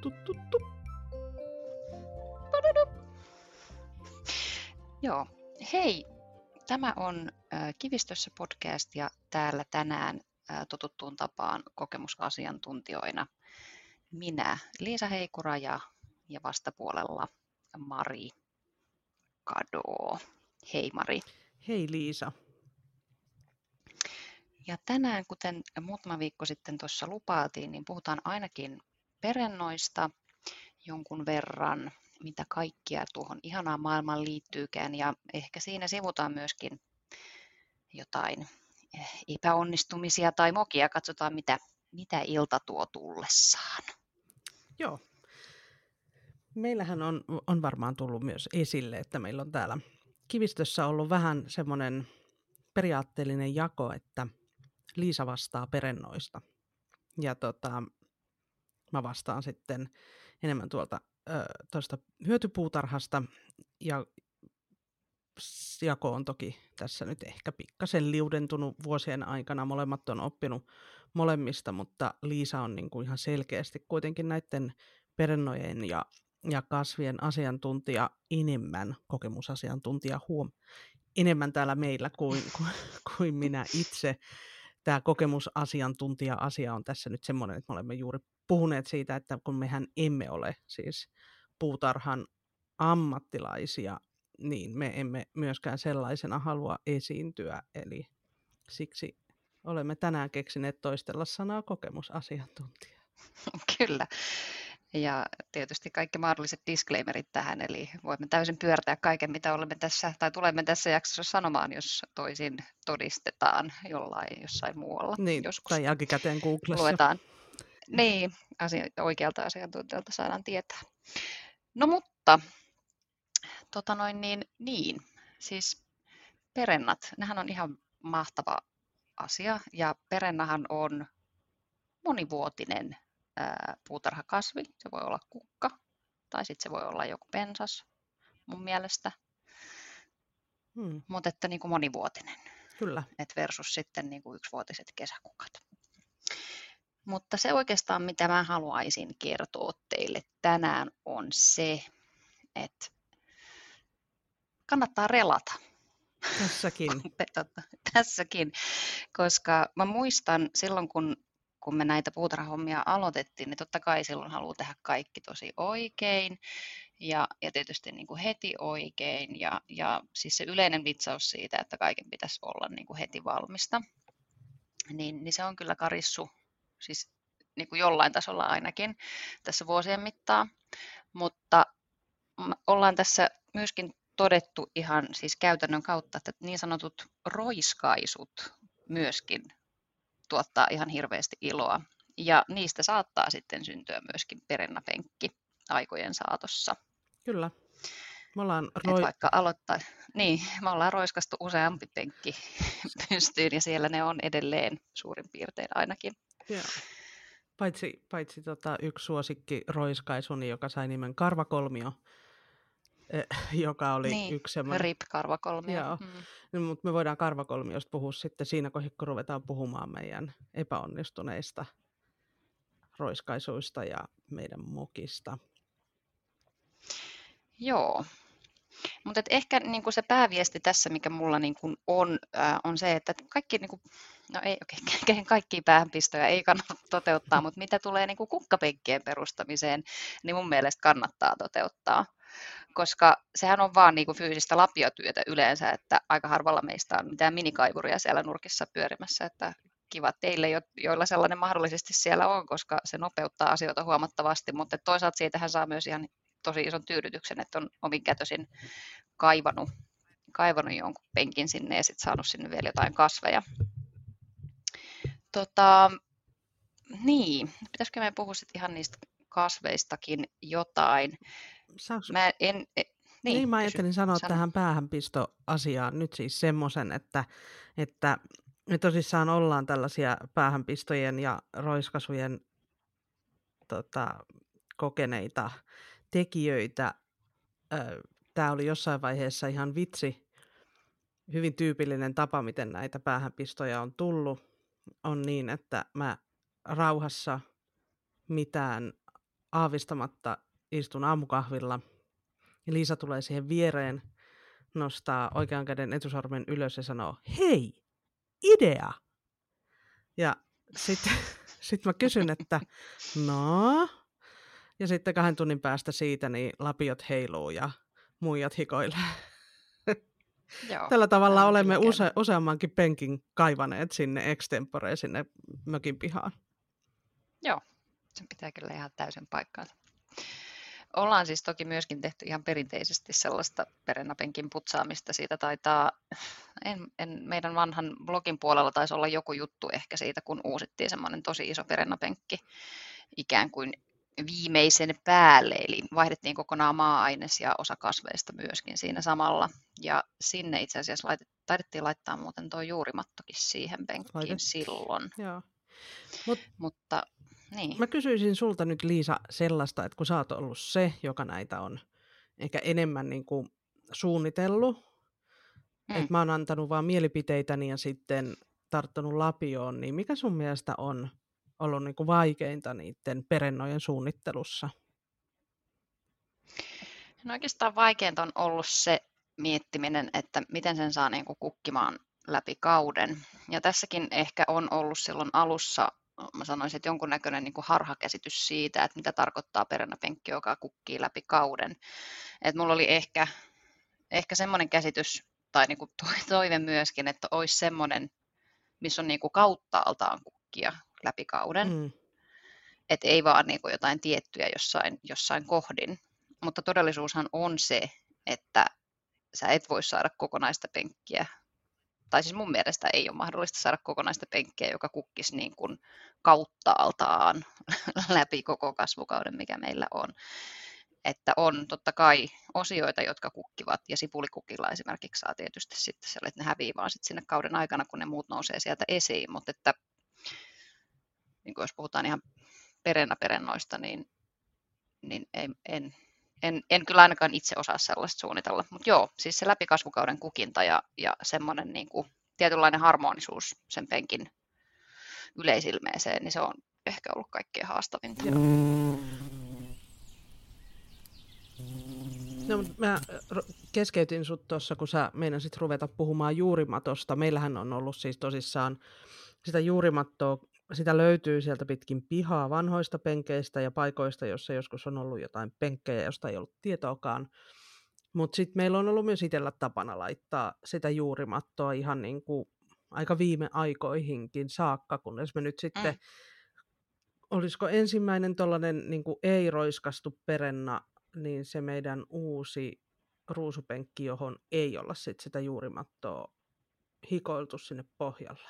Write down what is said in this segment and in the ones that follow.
Tuttu. Joo, hei, tämä on Kivistössä podcast ja täällä tänään totuttuun tapaan kokemusasiantuntijoina minä, Liisa Heikura ja vastapuolella Mari Kadoo. Hei Mari. Hei Liisa. Ja tänään, kuten muutama viikko sitten tuossa lupailtiin, niin puhutaan ainakin perennoista jonkun verran, mitä kaikkia tuohon ihanaan maailmaan liittyykään, ja ehkä siinä sivutaan myöskin jotain epäonnistumisia tai mokia. Katsotaan, mitä ilta tuo tullessaan. Joo. Meillähän on varmaan tullut myös esille, että meillä on täällä Kivistössä ollut vähän semmoinen periaatteellinen jako, että Liisa vastaa perennoista. Ja mä vastaan sitten enemmän tuosta hyötypuutarhasta. Ja jako on toki tässä nyt ehkä pikkasen liudentunut vuosien aikana. Molemmat on oppinut molemmista, mutta Liisa on niin kuin ihan selkeästi kuitenkin näiden perennojen ja kasvien asiantuntija enemmän, kokemusasiantuntija enemmän täällä meillä kuin minä itse. Tämä kokemusasiantuntija-asia on tässä nyt semmoinen, että me olemme juuri puhuneet siitä, että kun mehän emme ole siis puutarhan ammattilaisia, niin me emme myöskään sellaisena halua esiintyä, eli siksi olemme tänään keksineet toistella sanaa kokemusasiantuntija. Kyllä. Ja tietysti kaikki mahdolliset disclaimerit tähän, eli voimme täysin pyörtää kaiken, mitä olemme tässä tai tulemme tässä jaksossa sanomaan, jos toisin todistetaan jossain muualla. Niin, joskus. tai jälkikäteen Googlessa. Luetaan. Niin, oikealta asiantuntijalta saadaan tietää. No mutta, niin, siis perennat, nehän on ihan mahtava asia, ja perennahan on monivuotinen puutarhakasvi. Se voi olla kukka, tai sitten se voi olla joku pensas mun mielestä, mutta että niin kuin monivuotinen. Kyllä. Versus sitten niin kuin yksivuotiset kesäkukat. Mutta se oikeastaan, mitä mä haluaisin kertoa teille tänään, on se, että kannattaa relata. Tässäkin, koska mä muistan silloin, kun me näitä puutarhahommia aloitettiin, niin totta kai silloin haluaa tehdä kaikki tosi oikein ja tietysti niin kuin heti oikein ja siis se yleinen vitsaus siitä, että kaiken pitäisi olla niin kuin heti valmista, niin se on kyllä karissu siis niin kuin jollain tasolla ainakin tässä vuosien mittaan, mutta ollaan tässä myöskin todettu ihan siis käytännön kautta, että niin sanotut roiskaisut myöskin tuottaa ihan hirveästi iloa. Ja niistä saattaa sitten syntyä myöskin perennapenkki aikojen saatossa. Kyllä. Me ollaan me ollaan roiskastu useampi penkki pystyyn ja siellä ne on edelleen suurin piirtein ainakin. Joo. Paitsi yksi suosikki roiskaisuni, joka sai nimen Karvakolmio, joka oli yksi semmoinen. RIP-karvakolmio. Joo, mutta me voidaan karvakolmiosta puhua sitten siinä kohdassa, kun ruvetaan puhumaan meidän epäonnistuneista roiskaisuista ja meidän mokista. Joo, mutta ehkä niinku se pääviesti tässä, mikä mulla niinku on se, että kaikki, niinku, kaikkia päähänpistoja ei kannata toteuttaa, mutta mitä tulee niinku kukkapenkkien perustamiseen, niin mun mielestä kannattaa toteuttaa. Koska sehän on vaan niinku fyysistä lapiotyötä yleensä, että aika harvalla meistä on mitään minikaivuria siellä nurkissa pyörimässä, että kiva teille, joilla sellainen mahdollisesti siellä on, koska se nopeuttaa asioita huomattavasti, mutta toisaalta siitähän saa myös ihan tosi ison tyydytyksen, että on omin kätösin kaivanut jonkun penkin sinne ja sitten saanut sinne vielä jotain kasveja. Niin, pitäisikö me puhua sitten ihan niistä kasveistakin jotain? Mä ajattelin sanoa tähän päähänpistoasiaan nyt siis semmoisen, että me tosissaan ollaan tällaisia päähänpistojen ja roiskasujen kokeneita tekijöitä. Tämä oli jossain vaiheessa ihan vitsi. Hyvin tyypillinen tapa, miten näitä päähänpistoja on tullut, on niin, että mä rauhassa mitään aavistamatta istun aamukahvilla ja Liisa tulee siihen viereen, nostaa oikean käden etusormen ylös ja sanoo, hei, idea! Ja sitten sit mä kysyn, että no? Ja sitten 2 tunnin päästä siitä niin lapiot heiluu ja muijat hikoilee. Joo, Tällä tavalla näin on olemme kyllä käynyt. useammankin penkin kaivaneet sinne extemporeen sinne mökin pihaan. Joo, se pitää kyllä ihan täysin paikkaansa. Ollaan siis toki myöskin tehty ihan perinteisesti sellaista perennapenkin putsaamista. Siitä taitaa, meidän vanhan blogin puolella taisi olla joku juttu ehkä siitä, kun uusittiin semmoinen tosi iso perennapenkki ikään kuin viimeisen päälle, eli vaihdettiin kokonaan maa-aines ja osa kasveista myöskin siinä samalla. Ja sinne itse asiassa taidettiin laittaa muuten tuo juurimattokin siihen penkkiin silloin. Joo. Mutta niin. Mä kysyisin sulta nyt, Liisa, sellaista, että kun sä oot ollut se, joka näitä on ehkä enemmän niin kuin suunnitellut, että mä oon antanut vaan mielipiteitäni ja sitten tarttunut lapioon, niin mikä sun mielestä on ollut niin kuin vaikeinta niiden perennojen suunnittelussa? No oikeastaan vaikeinta on ollut se miettiminen, että miten sen saa niin kuin kukkimaan läpi kauden. Ja tässäkin ehkä on ollut silloin alussa, mä sanoisin, että jonkunnäköinen niin kuin harhakäsitys siitä, että mitä tarkoittaa perennapenkki, joka kukkii läpi kauden. Että mulla oli ehkä semmoinen käsitys tai niin kuin toive myöskin, että olisi semmoinen, missä on niin kuin kauttaaltaan kukkia läpi kauden. Että ei vaan niin kuin jotain tiettyjä jossain kohdin. Mutta todellisuushan on se, että sä et voi saada kokonaista penkkiä, tai siis mun mielestä ei ole mahdollista saada kokonaista penkkiä, joka kukkisi niin kuin kauttaaltaan läpi koko kasvukauden, mikä meillä on. Että on totta kai osioita, jotka kukkivat, ja sipulikukilla esimerkiksi saa tietysti sitten siellä, että ne häviää vaan sitten sinne kauden aikana, kun ne muut nousee sieltä esiin, mutta että niin jos puhutaan ihan perennoista, niin en kyllä ainakaan itse osaa sellaista suunnitella. Mutta joo, siis se läpikasvukauden kukinta ja semmoinen niin kuin tietynlainen harmonisuus sen penkin yleisilmeeseen, niin se on ehkä ollut kaikkein haastavinta. No, mä keskeytin sut tuossa, kun sä meinasit ruveta puhumaan juurimatosta. Meillähän on ollut siis tosissaan sitä juurimattoa, sitä löytyy sieltä pitkin pihaa vanhoista penkeistä ja paikoista, jossa joskus on ollut jotain penkkejä, josta ei ollut tietoakaan. Mutta sitten meillä on ollut myös itsellä tapana laittaa sitä juurimattoa ihan niin kuin aika viime aikoihinkin saakka, kunnes me nyt sitten, olisiko ensimmäinen tollainen niin kuin ei-roiskastu perenna, niin se meidän uusi ruusupenkki, johon ei olla sit sitä juurimattoa hikoiltu sinne pohjalle.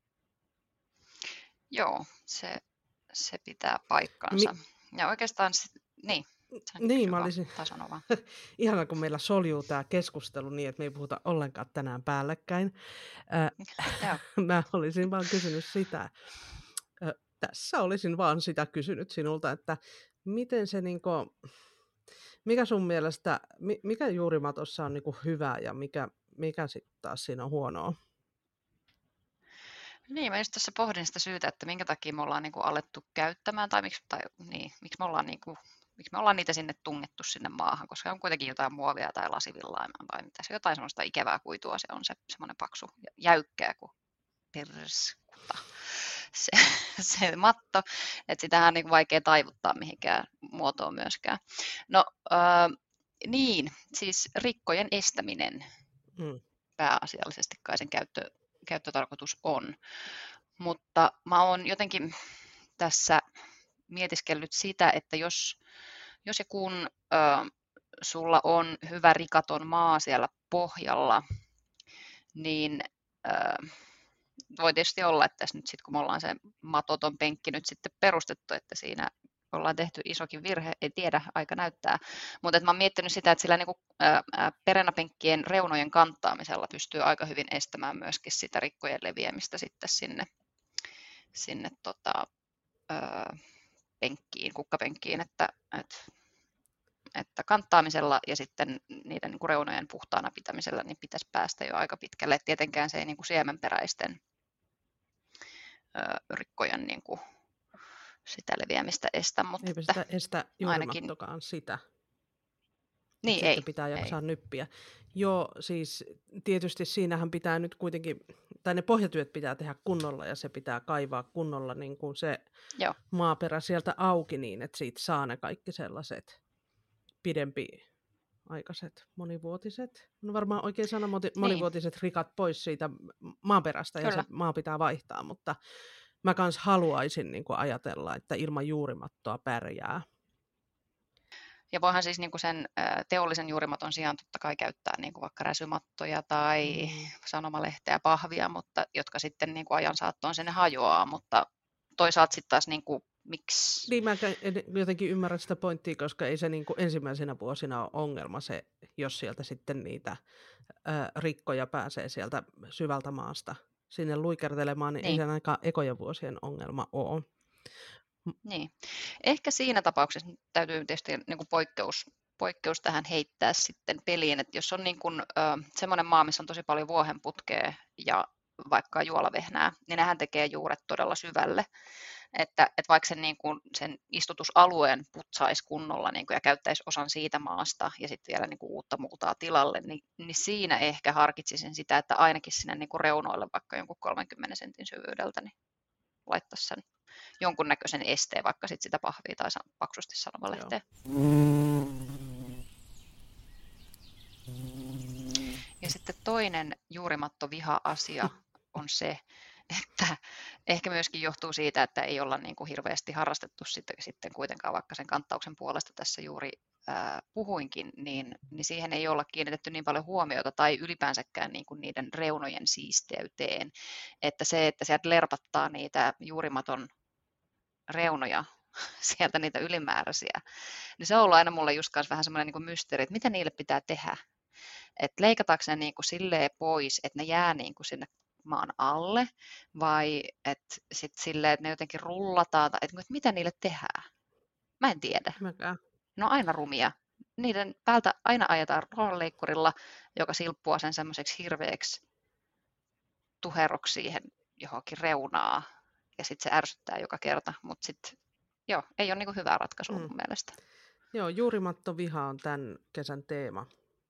Joo, se pitää paikkansa. Ja oikeastaan, niin mä olisin ihana, kun meillä soljuu tämä keskustelu niin, että me ei puhuta ollenkaan tänään päällekkäin. Mä olisin vaan kysynyt sitä, tässä olisin vaan sitä kysynyt sinulta, että miten se niinku, mikä sun mielestä, mikä juurimatossa on niinku hyvää ja mikä sitten taas siinä on huonoa? Niin, mä just tässä pohdin sitä syytä, että minkä takia me ollaan niinku alettu käyttämään, tai miksi me ollaan niitä sinne tungettu sinne maahan, koska on kuitenkin jotain muovia tai lasivillaimaa tai mitä se, jotain semmoista ikävää kuitua, se on se semmoinen paksu jäykkää kuin perskuta se matto, että sitähän on niin vaikea taivuttaa mihinkään muotoon myöskään. No niin, siis rikkojen estäminen pääasiallisesti kai sen käyttötarkoitus on, mutta mä oon jotenkin tässä mietiskellyt sitä, että jos ja kun sulla on hyvä rikaton maa siellä pohjalla, niin voi tietysti olla, että tässä nyt sitten kun me ollaan se matoton penkki nyt sitten perustettu, että siinä ollaan tehty isokin virhe, ei tiedä, aika näyttää. Mutta mä oon miettinyt sitä, että sillä niinku, perennapenkkien reunojen kanttaamisella pystyy aika hyvin estämään myöskin sitä rikkojen leviämistä sitten sinne penkkiin, kukkapenkkiin, että kanttaamisella ja sitten niiden niin kuin reunojen puhtaana pitämisellä niin pitäisi päästä jo aika pitkälle. Et tietenkään se ei niin kuin siemenperäisten rikkojen niin kuin sitä leviämistä estä, mutta Eipä että sitä estä ainakin, juurimattokaan sitä. Että niin sitten ei, pitää ei, jaksaa nyppiä. Joo, siis tietysti siinähän pitää nyt kuitenkin, tai ne pohjatyöt pitää tehdä kunnolla ja se pitää kaivaa kunnolla niin kuin se joo, maaperä sieltä auki niin, että siitä saa ne kaikki sellaiset pidempiaikaiset, monivuotiset, no varmaan oikein sana niin, monivuotiset rikat pois siitä maaperästä ja se kyllä. maa pitää vaihtaa, mutta mä kans haluaisin niin kuin ajatella, että ilman juurimattoa pärjää. Ja voihan siis niin kuin sen teollisen juurimaton sijaan totta kai käyttää niin kuin vaikka räsymattoja tai sanomalehteä, pahvia, mutta jotka sitten niin kuin ajan saattoon sinne hajoaa, mutta toisaalta sitten taas niin kuin, miksi, Niin mä en jotenkin ymmärrä sitä pointtia, koska ei se niin kuin ensimmäisenä vuosina ole ongelma se, jos sieltä sitten niitä rikkoja pääsee sieltä syvältä maasta sinne luikertelemaan, niin ei niin, se ainakaan ekojen vuosien ongelma ole. niin. Ehkä siinä tapauksessa nyt täytyy tietysti niin kuin poikkeus tähän heittää sitten peliin, että jos on niin kuin, semmoinen maa, missä on tosi paljon vuohenputkea ja vaikka juolavehnää, niin nehän tekee juuret todella syvälle. Että vaikka sen istutusalueen putsaisi kunnolla niin kuin, ja käyttäisi osan siitä maasta ja sitten vielä niin kuin, uutta multaa tilalle, niin siinä ehkä harkitsisin sitä, että ainakin sinne niin kuin, reunoille vaikka jonkun 30 sentin syvyydeltä niin laittaisi sen jonkunnäköisen esteen, vaikka sit sitä pahvia tai paksusti sanomalehteä. Ja sitten toinen juurimattoviha-asia on se, että ehkä myöskin johtuu siitä, että ei olla niin kuin hirveästi harrastettu sitten kuitenkaan, vaikka sen kanttauksen puolesta tässä juuri puhuinkin, niin siihen ei olla kiinnitetty niin paljon huomiota tai ylipäänsäkään niin kuin niiden reunojen siisteyteen, että se, että sieltä lerpattaa niitä juurimaton reunoja sieltä niitä ylimääräisiä, niin se on ollut aina mulle just vähän semmoinen niin kuin mysteeri, että mitä niille pitää tehdä. Että leikataanko ne niin kuin silleen pois, että ne jää niin kuin sinne maan alle, vai että sitten silleen, että ne jotenkin rullataan, tai että mitä niille tehdään. Mä en tiedä. Ne on aina rumia. Niiden päältä aina ajetaan ruohonleikkurilla, joka silppua sen semmoiseksi hirveäksi tuheroksi siihen johonkin reunaa, ja sitten se ärsyttää joka kerta, mutta sitten joo, ei ole niin kuin hyvää ratkaisua mun mielestä. Joo, juurimattoviha on tämän kesän teema.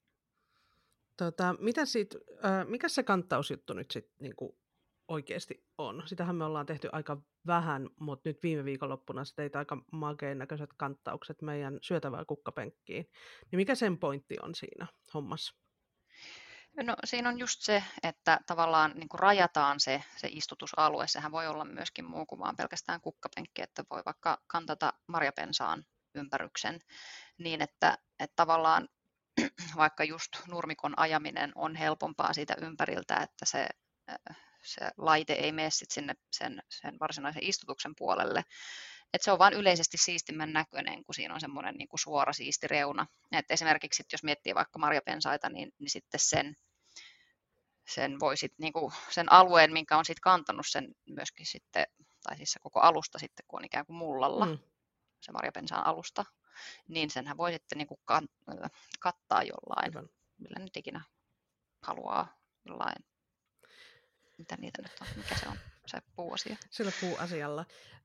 Mikä se kanttausjuttu nyt sitten niinku oikeasti on? Sitähän me ollaan tehty aika vähän, mutta nyt viime viikonloppuna sä teit aika makeen näköiset kanttaukset meidän syötävää kukkapenkkiin. Niin mikä sen pointti on siinä hommassa? No siinä on just se, että tavallaan niin kuin rajataan se istutusalue. Sehän voi olla myöskin muu kuin vaan pelkästään kukkapenkki, että voi vaikka kantata marjapensaan ympäryksen niin, että tavallaan vaikka just nurmikon ajaminen on helpompaa siitä ympäriltä, että se laite ei mene sit sinne sen varsinaisen istutuksen puolelle. Et se on vain yleisesti siistimän näköinen, kun siinä on semmoinen niin kuin suora siisti reuna. Et esimerkiksi jos miettii vaikka marjapensaita, niin sitten sen voi sit niinku, sen alueen, minkä on sit kantanut sen myöskin sitten, tai siis se koko alusta sitten, kun on ikään kuin mullalla, se marjapensaan alusta, niin senhän voi sitten niinku kattaa jollain, millä nyt ikinä haluaa, jollain, mitä niitä nyt on, mikä se on, se puuasia. Sillä puuasialla.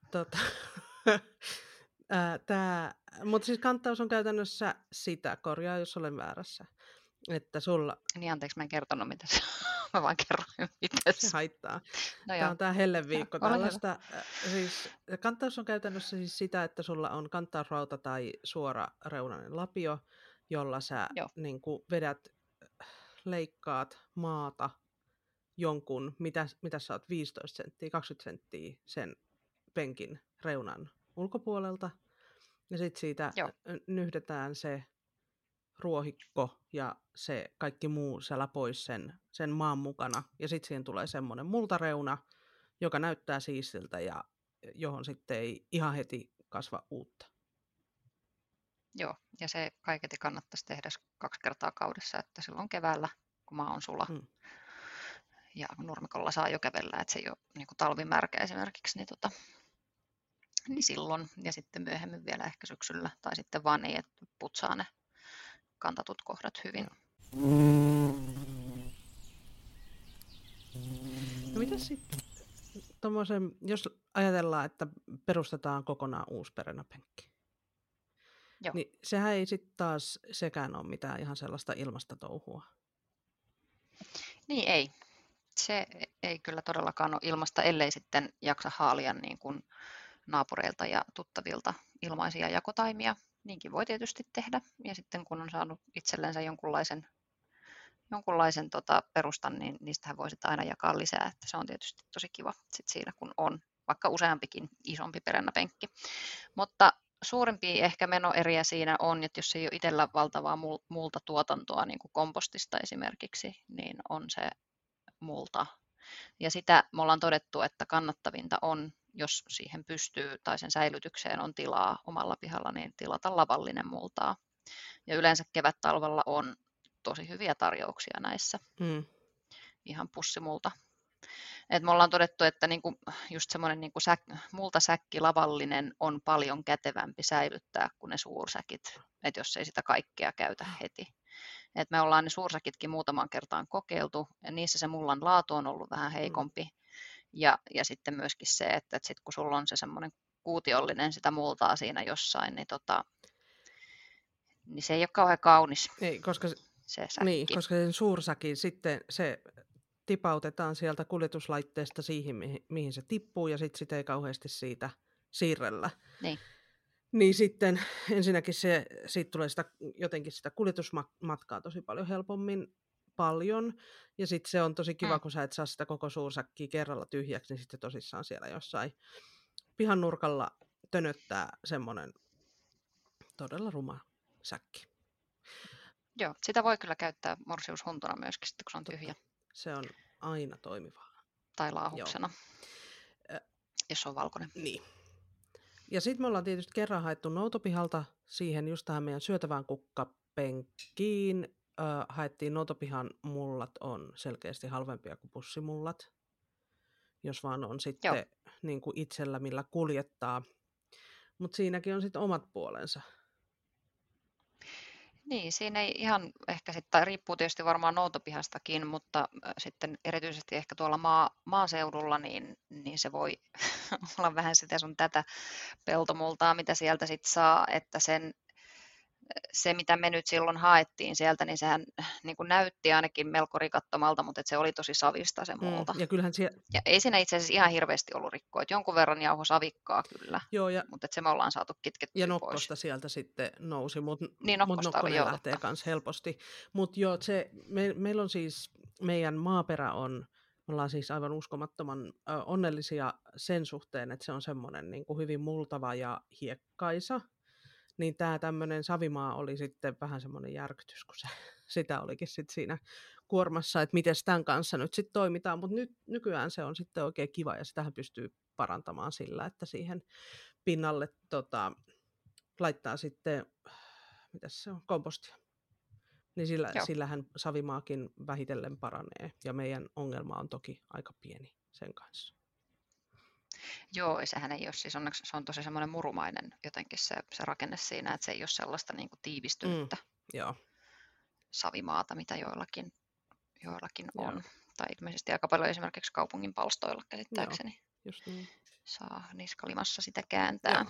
Mutta siis kanttaus on käytännössä sitä, korjaa jos olen väärässä, että sulla... Niin anteeksi, mä en kertonut mitä se mä vaan kerroin mitä se haittaa. No tämä on tämä helleviikko. Tällaista, siis, kanttaus on käytännössä siis sitä, että sulla on kanttausrauta tai suora reunainen lapio, jolla sä niin kuin vedät, leikkaat maata jonkun, mitä sä oot, 15 senttiä, 20 senttiä sen penkin reunan ulkopuolelta. Ja sitten siitä nyhdetään se ruohikko ja se kaikki muu siellä pois sen maan mukana. Ja sitten siihen tulee semmoinen multareuna, joka näyttää siistiltä ja johon sitten ei ihan heti kasva uutta. Joo, ja se kaiketi kannattaisi tehdä 2 kertaa kaudessa, että silloin keväällä, kun maa on sula, ja nurmikolla saa jo kävellä, että se ei ole niin kuin talvimärkä esimerkiksi, niin silloin, ja sitten myöhemmin vielä ehkä syksyllä, tai sitten vaan niin, että putsaa ne kantatut kohdat hyvin. No mitä sitten? jos ajatellaan, että perustetaan kokonaan uusi peränapenkki, Joo. niin sehän ei sitten taas sekään ole mitään ihan sellaista ilmasta touhua. Niin ei. Se ei kyllä todellakaan ole ilmasta, ellei sitten jaksa haalia niin kuin naapureilta ja tuttavilta ilmaisia jakotaimia. Niinkin voi tietysti tehdä. Ja sitten kun on saanut itsellensä jonkunlaisen perustan, niin niistähän voi sitten aina jakaa lisää. Että se on tietysti tosi kiva sit siinä, kun on vaikka useampikin isompi perännäpenkki. Mutta suurimpia ehkä menoeriä siinä on, että jos ei ole itsellä valtavaa multa tuotantoa, niin kuin kompostista esimerkiksi, niin on se multa. Ja sitä me ollaan todettu, että kannattavinta on, jos siihen pystyy tai sen säilytykseen on tilaa omalla pihalla, niin tilata lavallinen multaa. Ja yleensä kevät-talvella on tosi hyviä tarjouksia näissä. Ihan pussimulta. Et me ollaan todettu, että niinku, just semmoinen niinku multasäkki lavallinen on paljon kätevämpi säilyttää kuin ne suursäkit, että jos ei sitä kaikkea käytä heti. Et me ollaan ne suursäkitkin muutaman kertaan kokeiltu, ja niissä se mullan laatu on ollut vähän heikompi. Ja sitten myöskin se, että sit kun sulla on se semmoinen kuutiollinen sitä multaa siinä jossain, niin se ei ole kauhean kaunis. Ei, koska se säkki. Niin, koska sen suursäkin sitten se tipautetaan sieltä kuljetuslaitteesta siihen, mihin se tippuu, ja sitten sitä ei kauheasti siitä siirrellä. Niin sitten ensinnäkin siitä tulee jotenkin sitä kuljetusmatkaa tosi paljon helpommin ja sitten se on tosi kiva, kun sä et saa sitä koko suursäkkiä kerralla tyhjäksi, niin sitten tosissaan siellä jossain pihan nurkalla tönöttää semmoinen todella ruma säkki. Joo, sitä voi kyllä käyttää morsiushuntuna myöskin, kun se on tyhjä. Se on aina toimivaa. Tai laahuksena, jos on valkoinen. Niin. Ja sitten me ollaan tietysti kerran haettu noutopihalta siihen just tähän meidän syötävään kukkapenkkiin. Haettiin noutopihan mullat on selkeästi halvempia kuin pussimullat, jos vaan on sitten niin kuin itsellä millä kuljettaa. Mutta siinäkin on sitten omat puolensa. Niin, siinä ei ihan ehkä sitten, riippuu tietysti varmaan noutopihastakin, mutta sitten erityisesti ehkä tuolla maaseudulla, niin se voi olla vähän sitä sun tätä peltomultaa, mitä sieltä sitten saa, että se, mitä me nyt silloin haettiin sieltä, niin sehän niin kuin näytti ainakin melko rikattomalta, mutta se oli tosi savista se multa. Ja kyllähän ja ei siinä itse asiassa ihan hirveästi ollut rikkoa, että jonkun verran jauho savikkaa kyllä, mutta se me ollaan saatu kitkettyä ja nokkosta pois. Sieltä sitten nousi, mutta nokkonen lähtee myös helposti. Mutta joo, meillä on siis, meidän maaperä on, me ollaan siis aivan uskomattoman onnellisia sen suhteen, että se on semmoinen niin kuin hyvin multava ja hiekkaisa. Niin tämä tämmöinen savimaa oli sitten vähän semmoinen järkytys, kun sitä olikin sitten siinä kuormassa, että miten tämän kanssa nyt sitten toimitaan. Mutta nykyään se on sitten oikein kiva ja sitähän pystyy parantamaan sillä, että siihen pinnalle laittaa sitten, mitäs se on, kompostia. Niin sillähän savimaakin vähitellen paranee ja meidän ongelma on toki aika pieni sen kanssa. Joo, sehän ei ole, siis onneksi se on tosi semmoinen murumainen jotenkin se rakenne siinä, että se ei ole sellaista niin kuin tiivistynyttä savimaata, mitä joillakin on. Tai ilmeisesti aika paljon esimerkiksi kaupungin palstoilla käsittääkseni just niin. Saa niskalimassa sitä kääntää.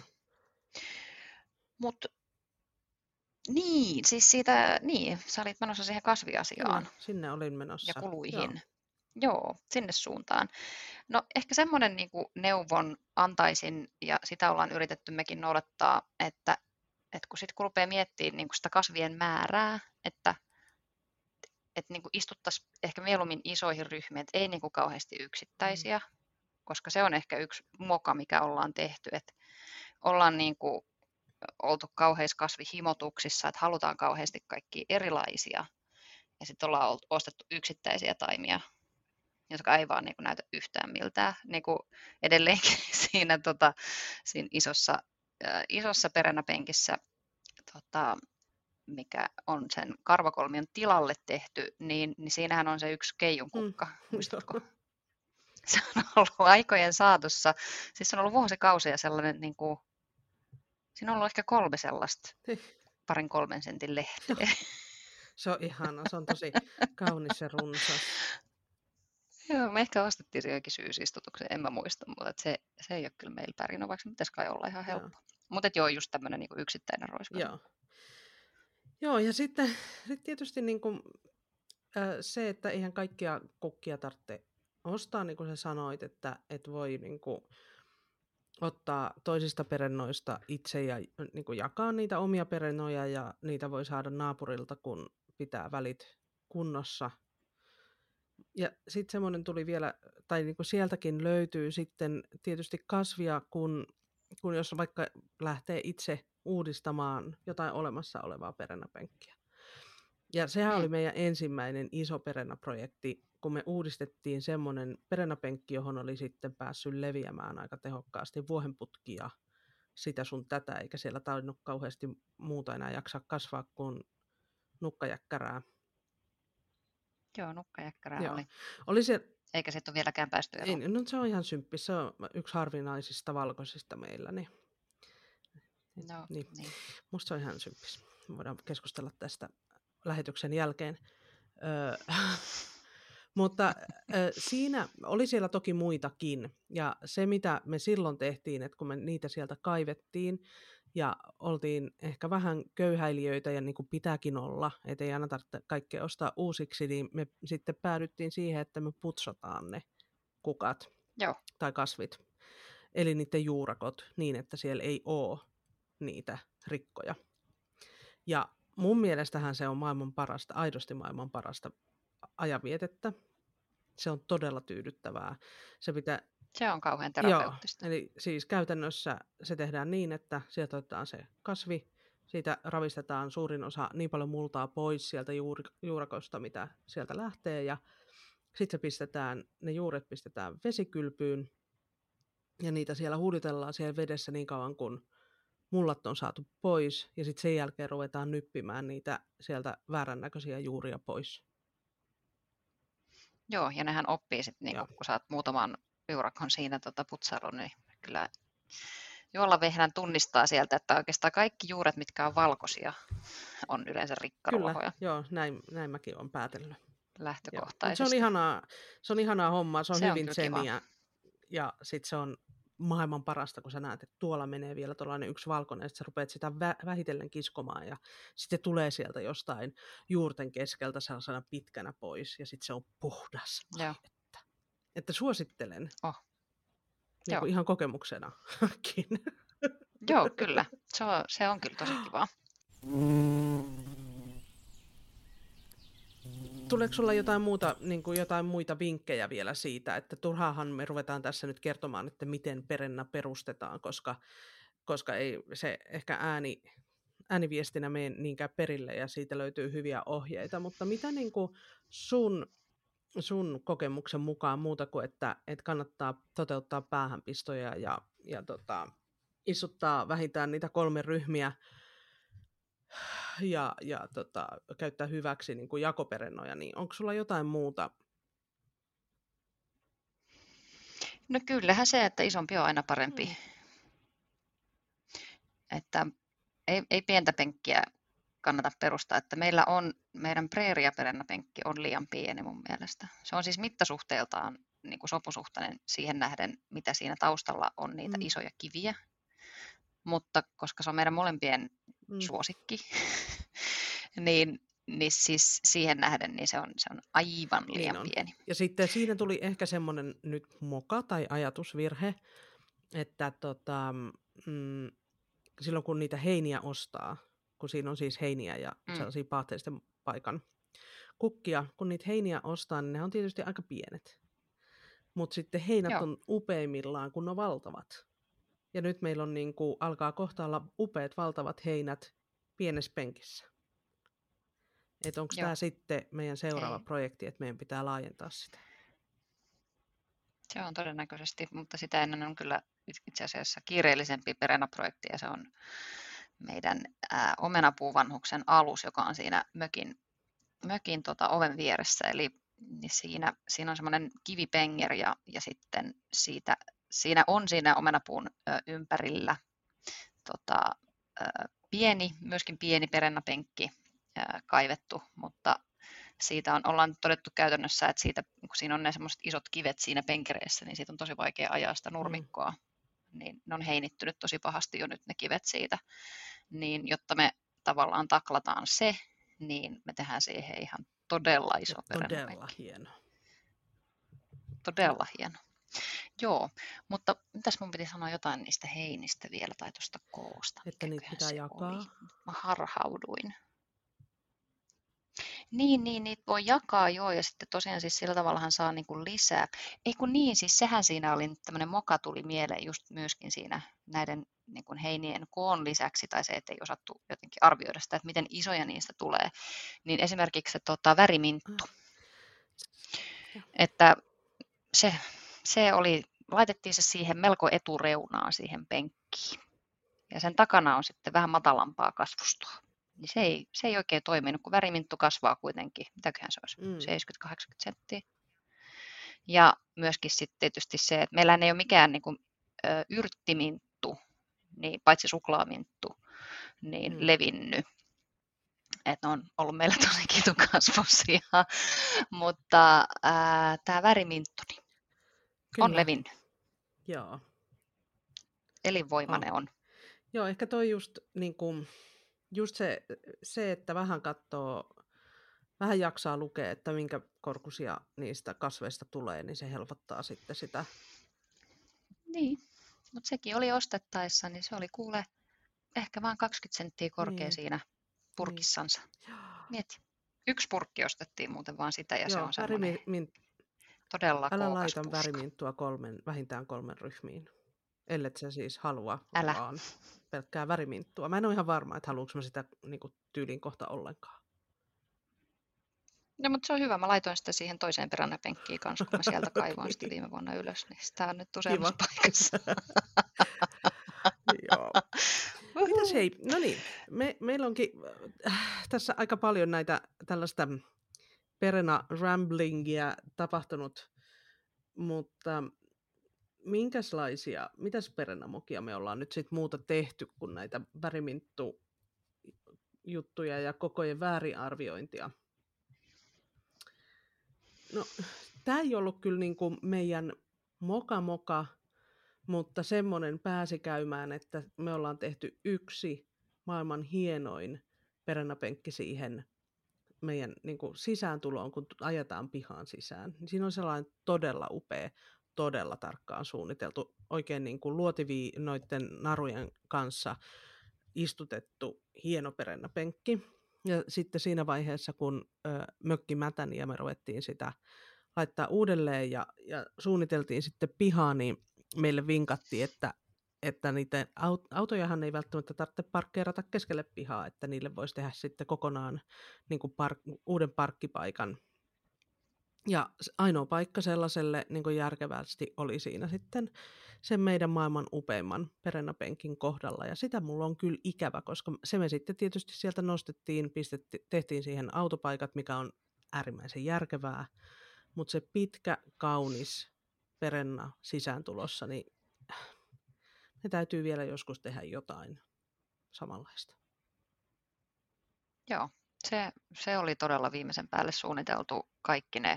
Mutta niin, siis siitä, sä olit menossa siihen kasviasiaan. Kyllä, sinne olin menossa. Ja kuluihin. Joo, sinne suuntaan. No ehkä semmoinen niin kuin neuvon antaisin, ja sitä ollaan yritetty mekin noudattaa, että kun sitten kun rupeaa miettimään niin kuin sitä kasvien määrää, että niin kuin istuttaisiin ehkä mieluummin isoihin ryhmiin, että ei niin kuin kauheasti yksittäisiä, koska se on ehkä yksi moka, mikä ollaan tehty, että ollaan niin kuin oltu kauheissa kasvihimotuksissa, että halutaan kauheasti kaikkia erilaisia, ja sitten ollaan ostettu yksittäisiä taimia, jotka ei vaan niin kuin näytä yhtään miltään. Niin kuin edelleenkin siinä isossa peränäpenkissä, mikä on sen karvakolmion tilalle tehty, niin siinähän on se yksi keijunkukka, muistatko? Se on ollut aikojen saatossa, siis on ollut vuosikausia sellainen, niin kuin, siinä on ollut ehkä 3 sellaista 2-3 sentin lehteä. Se on ihana, se on tosi kaunis ja runsas. Joo, me ehkä ostettiin se jokin syysistutuksen, en mä muista, mutta se ei ole kyllä meillä pärjännyt, vaikka se pitäisi kai olla ihan Joo. helppo. Mutta joo, just tämmöinen niin yksittäinen roiskaisu. Joo, ja sitten tietysti niin kuin, se, että eihän kaikkia kukkia tarvitse ostaa, niin kuin sä sanoit, että voi niin kuin, ottaa toisista perennoista itse ja niin kuin, jakaa niitä omia perennoja, ja niitä voi saada naapurilta, kun pitää välit kunnossa. Ja sitten semmoinen tuli vielä, tai niin kuin sieltäkin löytyy sitten tietysti kasvia, kun jos vaikka lähtee itse uudistamaan jotain olemassa olevaa perennapenkkiä. Ja sehän oli meidän ensimmäinen iso perennaprojekti, kun me uudistettiin semmoinen perennapenkki, johon oli sitten päässyt leviämään aika tehokkaasti vuohenputkia sitä sun tätä, eikä siellä tainnut kauheasti muuta enää jaksaa kasvaa kuin nukkajäkkärää. Joo, nukkajäkkärää oli. Oli se, eikä sitten ole vieläkään päästy eroon. Ei, no se on ihan symppi. Se on yksi harvinaisista valkoisista meillä. Niin. Musta se on ihan symppis. Voidaan keskustella tästä lähetyksen jälkeen. Mutta siinä oli siellä toki muitakin. Ja se, mitä me silloin tehtiin, että kun me niitä sieltä kaivettiin ja oltiin ehkä vähän köyhäilijöitä ja niin kuin pitääkin olla, ettei aina tarvitse kaikkea ostaa uusiksi, niin me sitten päädyttiin siihen, että me putsataan ne kukat tai kasvit. Eli niiden juurakot niin, että siellä ei ole niitä rikkoja. Ja mun mielestähän se on maailman parasta, aidosti maailman parasta ajanvietettä. Se on todella tyydyttävää. Se on kauhean terapeuttista. Joo, eli siis käytännössä se tehdään niin, että sieltä otetaan se kasvi, siitä ravistetaan suurin osa niin paljon multaa pois sieltä juurakosta, mitä sieltä lähtee, ja sitten ne juuret pistetään vesikylpyyn, ja niitä siellä huuditellaan siellä vedessä niin kauan, kun mullat on saatu pois, ja sitten sen jälkeen ruvetaan nyppimään niitä sieltä väärännäköisiä juuria pois. Joo, ja nehän oppii sitten, niin kun saat muutaman juurakon siinä putsailun, niin kyllä jolla vehnän tunnistaa sieltä, että oikeastaan kaikki juuret, mitkä on valkoisia, on yleensä rikkaruohoja. Kyllä, joo, näin mäkin olen päätellyt. Lähtökohtaisesti. Se on ihanaa hommaa, se on hyvin tseniä. Ja sitten se on maailman parasta, kun sä näet, että tuolla menee vielä tuollainen yksi valkoinen, että sä rupeat sitä vähitellen kiskomaan ja sitten tulee sieltä jostain juurten keskeltä sellaisena pitkänä pois ja sitten se on puhdas. Joo. Että suosittelen. Niin Joo. Ihan kokemuksenakin. Joo, kyllä. Se on kyllä tosi kivaa. Tuleeko sulla jotain muita vinkkejä vielä siitä, että turhaahan me ruvetaan tässä nyt kertomaan, että miten perenna perustetaan, koska ei se ehkä ääniviestinä mene niinkään perille ja siitä löytyy hyviä ohjeita, mutta mitä niin kuin sun kokemuksen mukaan muuta kuin, että kannattaa toteuttaa päähänpistoja ja istuttaa vähintään niitä 3 ryhmiä ja käyttää hyväksi niin kuin jakoperennoja, niin onko sulla jotain muuta? No kyllähän se, että isompi on aina parempi. Että ei pientä penkkiä kannata perustaa, että meidän preeriaperennapenkki on liian pieni mun mielestä. Se on siis mittasuhteeltaan niin kuin sopusuhtainen siihen nähden, mitä siinä taustalla on niitä isoja kiviä, mutta koska se on meidän molempien suosikki, niin siis siihen nähden niin se on aivan liian pieni. Ja sitten siinä tuli ehkä semmoinen nyt moka tai ajatusvirhe, että silloin kun niitä heiniä ostaa, kun siinä on siis heiniä ja sellaisia paahteisten paikan kukkia, kun niitä heiniä ostaa, niin ne on tietysti aika pienet. Mutta sitten heinät on upeimmillaan, kun ne on valtavat. Ja nyt meillä on alkaa kohta olla upeat valtavat heinät pienessä penkissä. Että onko tämä sitten meidän seuraava projekti, että meidän pitää laajentaa sitä? Se on todennäköisesti, mutta sitä ennen on kyllä itse asiassa kiireellisempi perennaprojekti, ja se on meidän omenapuuvanhuksen alus, joka on siinä mökin oven vieressä. Eli niin siinä on semmoinen kivipenger ja sitten siinä omenapuun ympärillä myöskin pieni perennapenkki kaivettu, mutta siitä ollaan todettu käytännössä, että siitä kun siinä on ne semmoiset isot kivet siinä penkereessä, niin siitä on tosi vaikea ajaa sitä nurmikkoa. Niin ne on heinittynyt tosi pahasti jo nyt ne kivet siitä. Niin jotta me tavallaan taklataan se, niin me tehdään siihen ihan todella iso perennapenkki. Todella hieno. Todella hieno. Joo, mutta mitäs mun piti sanoa jotain niistä heinistä vielä tai tuosta koosta? Että niitä pitää jakaa. Oli? Mä harhauduin. Niin, niitä voi jakaa joo, ja sitten tosiaan siis sillä tavallahan saa niin kuin lisää. Ei kun niin, siis sehän siinä oli tämmöinen moka tuli mieleen just myöskin siinä näiden niin kuin heinien koon lisäksi, tai se, että ei osattu jotenkin arvioida sitä, että miten isoja niistä tulee, niin esimerkiksi se väriminttu. Että se oli, laitettiin se siihen melko etureunaan siihen penkkiin, ja sen takana on sitten vähän matalampaa kasvustoa. Niin se ei oikein toiminut, kun väriminttu kasvaa kuitenkin, mitäköhän se olisi, 70-80 senttiä. Ja myöskin sitten tietysti se, että meillä ei ole mikään niin kuin, yrttiminttu, niin, paitsi suklaaminttu, niin levinnyt. Että ne on ollut meillä tosi kitukasvuisia, mutta tämä väriminttu niin on levinnyt. Joo. Elinvoimainen on. Joo, ehkä toi just niin kuin... Just se, että vähän katsoo, vähän jaksaa lukea, että minkä korkuisia niistä kasveista tulee, niin se helpottaa sitten sitä. Niin, mutta sekin oli ostettaessa, niin se oli kuule ehkä vain 20 senttiä korkea siinä purkissansa. Mieti. 1 purkki ostettiin muuten vaan sitä ja se on semmoinen todella kookas Älä laita puska. väriminttua vähintään 3 ryhmiin, ellet sä siis halua Älä. vaan pelkkää väriminttua. Mä en ole ihan varma, että haluanko mä sitä niin kuin, tyyliin kohta ollenkaan. No, mutta se on hyvä. Mä laitoin sitä siihen toiseen perennapenkkiin kanssa, kun mä sieltä kaivoin sitä viime vuonna ylös. Niin sitä on nyt useammassa paikassa. Joo. Mitäs hei, no niin, meillä onkin tässä aika paljon näitä tällaista perena-ramblingia tapahtunut, mutta mitäs perenamokia me ollaan nyt sit muuta tehty kuin näitä väriminttu-juttuja ja kokojen väärinarviointia? No, tää ei ollut kyllä niinku meidän moka, mutta semmoinen pääsi käymään, että me ollaan tehty yksi maailman hienoin perennapenkki siihen meidän niin kuin sisääntuloon, kun ajetaan pihaan sisään. Siinä on sellainen todella upea, todella tarkkaan suunniteltu, oikein niin kuin luotivia noiden narujen kanssa istutettu hieno perennapenkki. Ja sitten siinä vaiheessa, kun mökki mätäni ja me ruvettiin sitä laittaa uudelleen ja suunniteltiin sitten pihaa, niin meille vinkattiin, että niitä autojahan ei välttämättä tarvitse parkkeerata keskelle pihaa, että niille voisi tehdä sitten kokonaan niin kuin uuden parkkipaikan. Ja ainoa paikka sellaiselle niin kuin järkevästi oli siinä sitten sen meidän maailman upeimman perennapenkin kohdalla. Ja sitä mulla on kyllä ikävä, koska se me sitten tietysti sieltä nostettiin, tehtiin siihen autopaikat, mikä on äärimmäisen järkevää. Mutta se pitkä, kaunis perenna sisääntulossa, niin me täytyy vielä joskus tehdä jotain samanlaista. Joo, se oli todella viimeisen päälle suunniteltu kaikki ne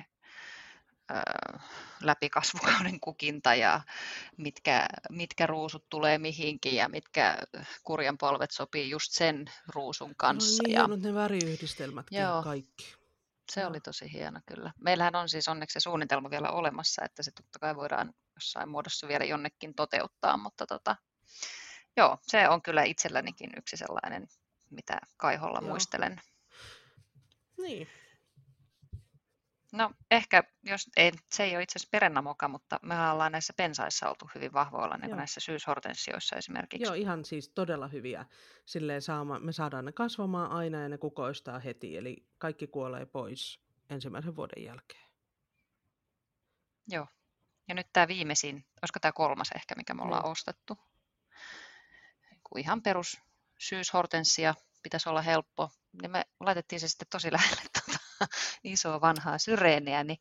läpikasvukauden kukinta ja mitkä ruusut tulee mihinkin ja mitkä kurjan polvet sopii just sen ruusun kanssa. No niin, hienot ne väriyhdistelmätkin ja kaikki. Se oli tosi hieno kyllä. Meillähän on siis onneksi se suunnitelma vielä olemassa, että se totta kai voidaan jossain muodossa vielä jonnekin toteuttaa, mutta joo, se on kyllä itsellänikin yksi sellainen, mitä kaiholla muistelen. Niin. No ehkä, jos ei, se ei ole itse asiassa perennamoka, mutta me ollaan näissä pensaissa oltu hyvin vahvoilla, niin kuin näissä syyshortensioissa esimerkiksi. Joo, ihan siis todella hyviä. Silleen me saadaan ne kasvamaan aina ja ne kukoistaa heti, eli kaikki kuolee pois ensimmäisen vuoden jälkeen. Joo, ja nyt tämä viimeisin, olisiko tämä 3. ehkä, mikä me ollaan ostettu. Ihan perus syyshortensia, pitäisi olla helppo, niin me laitettiin se sitten tosi lähelle isoa vanhaa syreeniä, niin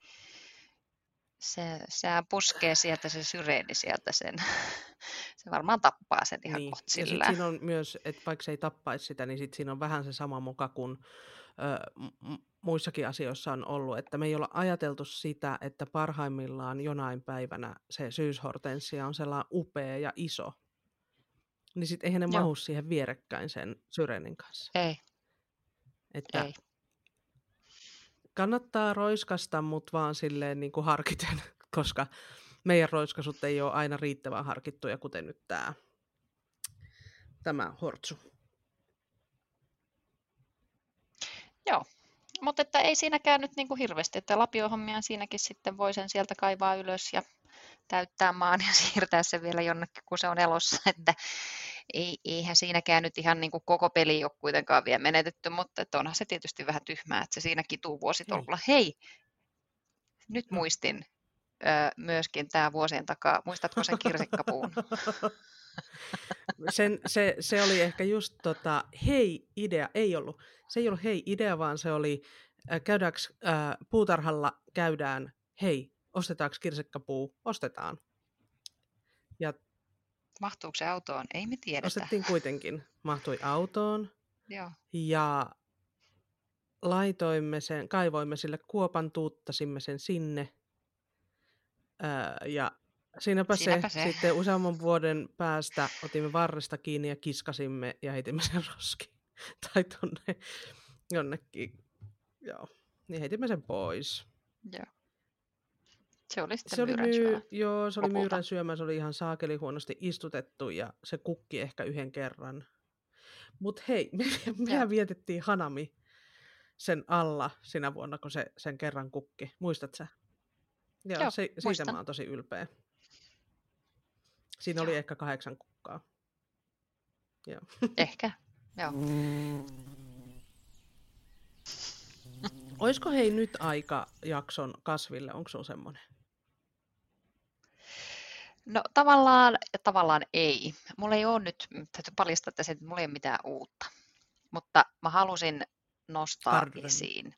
sehän puskee sieltä se syreeni sieltä sen. Se varmaan tappaa sen ihan kotsillään. Ja sitten siinä on myös, että vaikka se ei tappaisi sitä, niin sitten siinä on vähän se sama moka kuin muissakin asioissa on ollut, että me ei olla ajateltu sitä, että parhaimmillaan jonain päivänä se syyshortensia on sellainen upea ja iso. Niin sitten eihän ne Joo, mahu siihen vierekkäin sen syrenin kanssa. ei, Että ei. kannattaa roiskasta, mutta vaan silleen niin kuin harkiten, koska meidän roiskasut ei ole aina riittävän harkittuja, kuten nyt tämä hortsu. Joo, mutta että ei siinäkään nyt niin kuin hirveästi, että lapiohommia siinäkin sitten voi sen sieltä kaivaa ylös ja täyttää maan ja siirtää sen vielä jonnekin, kun se on elossa, että eihän siinäkään nyt ihan niin kuin koko peli ole kuitenkaan vielä menetetty, mutta että onhan se tietysti vähän tyhmää, että se siinä kituu vuositolkulla. Hei, nyt No. muistin myöskin tämä vuosien takaa. Muistatko sen kirsikkapuun? Se oli ehkä just hei idea, ei ollut. Se ei ollut hei idea, vaan se oli käydäänkö puutarhalla, käydään, hei, ostetaanko kirsikkapuu? Ostetaan. Ja Mahtuuko se autoon? Ei me tiedetä. ostettiin kuitenkin. Mahtui autoon. Joo. Ja kaivoimme sille kuopan, tuuttasimme sen sinne. Ja siinäpä se. Sitten useamman vuoden päästä otimme varresta kiinni ja kiskasimme ja heitimme sen roskiin. Tai tonne jonnekin. Joo. Niin heitimme sen pois. Joo. Se oli sitten myyrän syömä. Joo, se oli myyrän syömä. Se oli ihan saakeli huonosti istutettu ja se kukki ehkä yhden kerran. Mutta hei, mehän vietettiin Hanami sen alla sinä vuonna, kun se sen kerran kukki. Muistat sä? Joo, siitä mä oon tosi ylpeä. Siinä oli ehkä 8 kukkaa. Joo. Ehkä, joo. Olisiko hei nyt aika jakson kasville? Onko sun semmoinen? No tavallaan ei. Mulla ei ole nyt, täytyy paljastaa tässä, että mulla ei ole mitään uutta. Mutta mä halusin nostaa esiin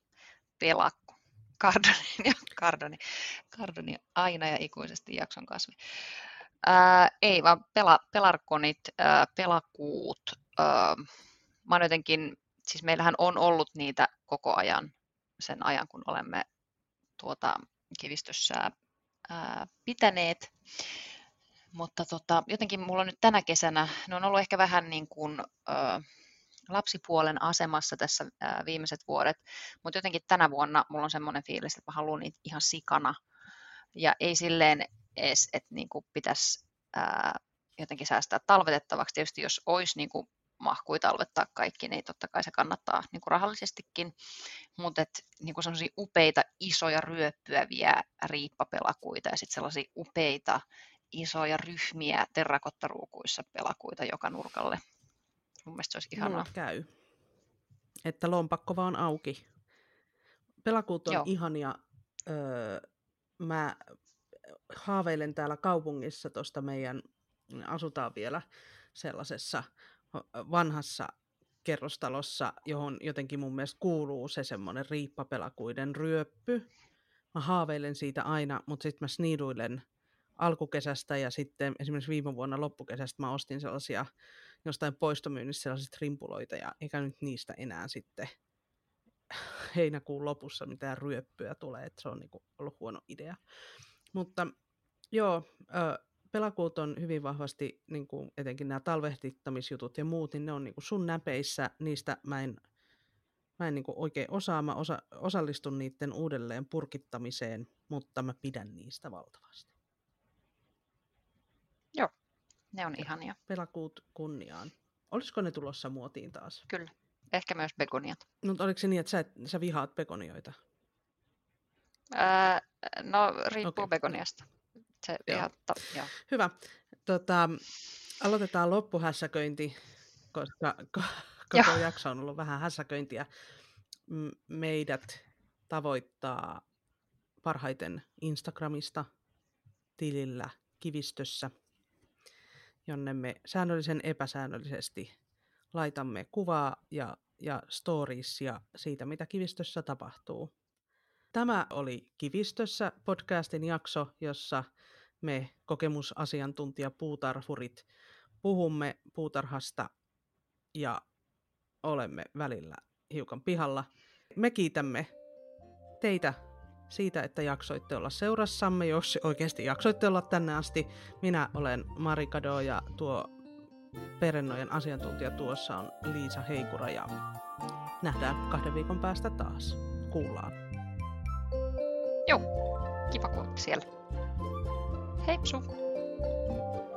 Cardoni aina ja ikuisesti jakson kasvi. Ei vaan pelarkonit, pelakuut. Mä oon jotenkin, siis meillähän on ollut niitä koko ajan, sen ajan kun olemme kivistössä pitäneet. Mutta jotenkin mulla on nyt tänä kesänä, ne on ollut ehkä vähän niin kuin lapsipuolen asemassa tässä viimeiset vuodet, mutta jotenkin tänä vuonna mulla on semmoinen fiilis, että mä haluan niitä ihan sikana. Ja ei silleen edes, että niin kuin pitäisi jotenkin säästää talvetettavaksi. Tietysti jos olisi niin kuin mahkui talvettaa kaikki, niin totta kai se kannattaa niin kuin rahallisestikin. Mutta niin kuin sellaisia upeita, isoja ryöppyäviä riippapelakuita ja sitten sellaisia upeita, isoja ryhmiä terrakottaruukuissa pelakuita joka nurkalle. Mun mielestä se olisi ihanaa. Mulla käy. Että lompakko vaan auki. Pelakuut on ihania. Mä haaveilen täällä kaupungissa tuosta asutaan vielä sellaisessa vanhassa kerrostalossa, johon jotenkin mun mielestä kuuluu se semmoinen riippapelakuiden ryöppy. Mä haaveilen siitä aina, mutta sitten mä sniiduilen alkukesästä ja sitten esimerkiksi viime vuonna loppukesästä mä ostin sellaisia jostain poistomyynnissä sellaisia rimpuloita ja eikä nyt niistä enää sitten heinäkuun lopussa mitään ryöppyä tulee, että se on niinku ollut huono idea. Mutta joo, pelakuut on hyvin vahvasti, niinku, etenkin nämä talvehtittamisjutut ja muut, niin ne on niinku sun näpeissä, niistä mä en niinku oikein osaa, mä osallistun niiden uudelleen purkittamiseen, mutta mä pidän niistä valtavasti. Joo, ne on ihania. Pelakuut kunniaan. Olisiko ne tulossa muotiin taas? Kyllä, ehkä myös begoniat. Mutta oliko se niin, että sä vihaat begonioita? No, riippuu begoniasta. Se joo. Hyvä. Aloitetaan loppuhässäköinti, koska koko jakso on ollut vähän hässäköintiä. Meidät tavoittaa parhaiten Instagramista tilillä Kivistössä, jonne me säännöllisen epäsäännöllisesti laitamme kuvaa ja storiesia siitä, mitä Kivistössä tapahtuu. Tämä oli Kivistössä podcastin jakso, jossa me kokemusasiantuntijapuutarhurit puhumme puutarhasta ja olemme välillä hiukan pihalla. Me kiitämme teitä siitä, että jaksoitte olla seurassamme, jos oikeasti jaksoitte olla tänne asti. Minä olen Mari Kado ja tuo Perennojen asiantuntija tuossa on Liisa Heikura ja nähdään 2 viikon päästä taas. Kuullaan. Joo, kiva kun olet siellä. Heipsu!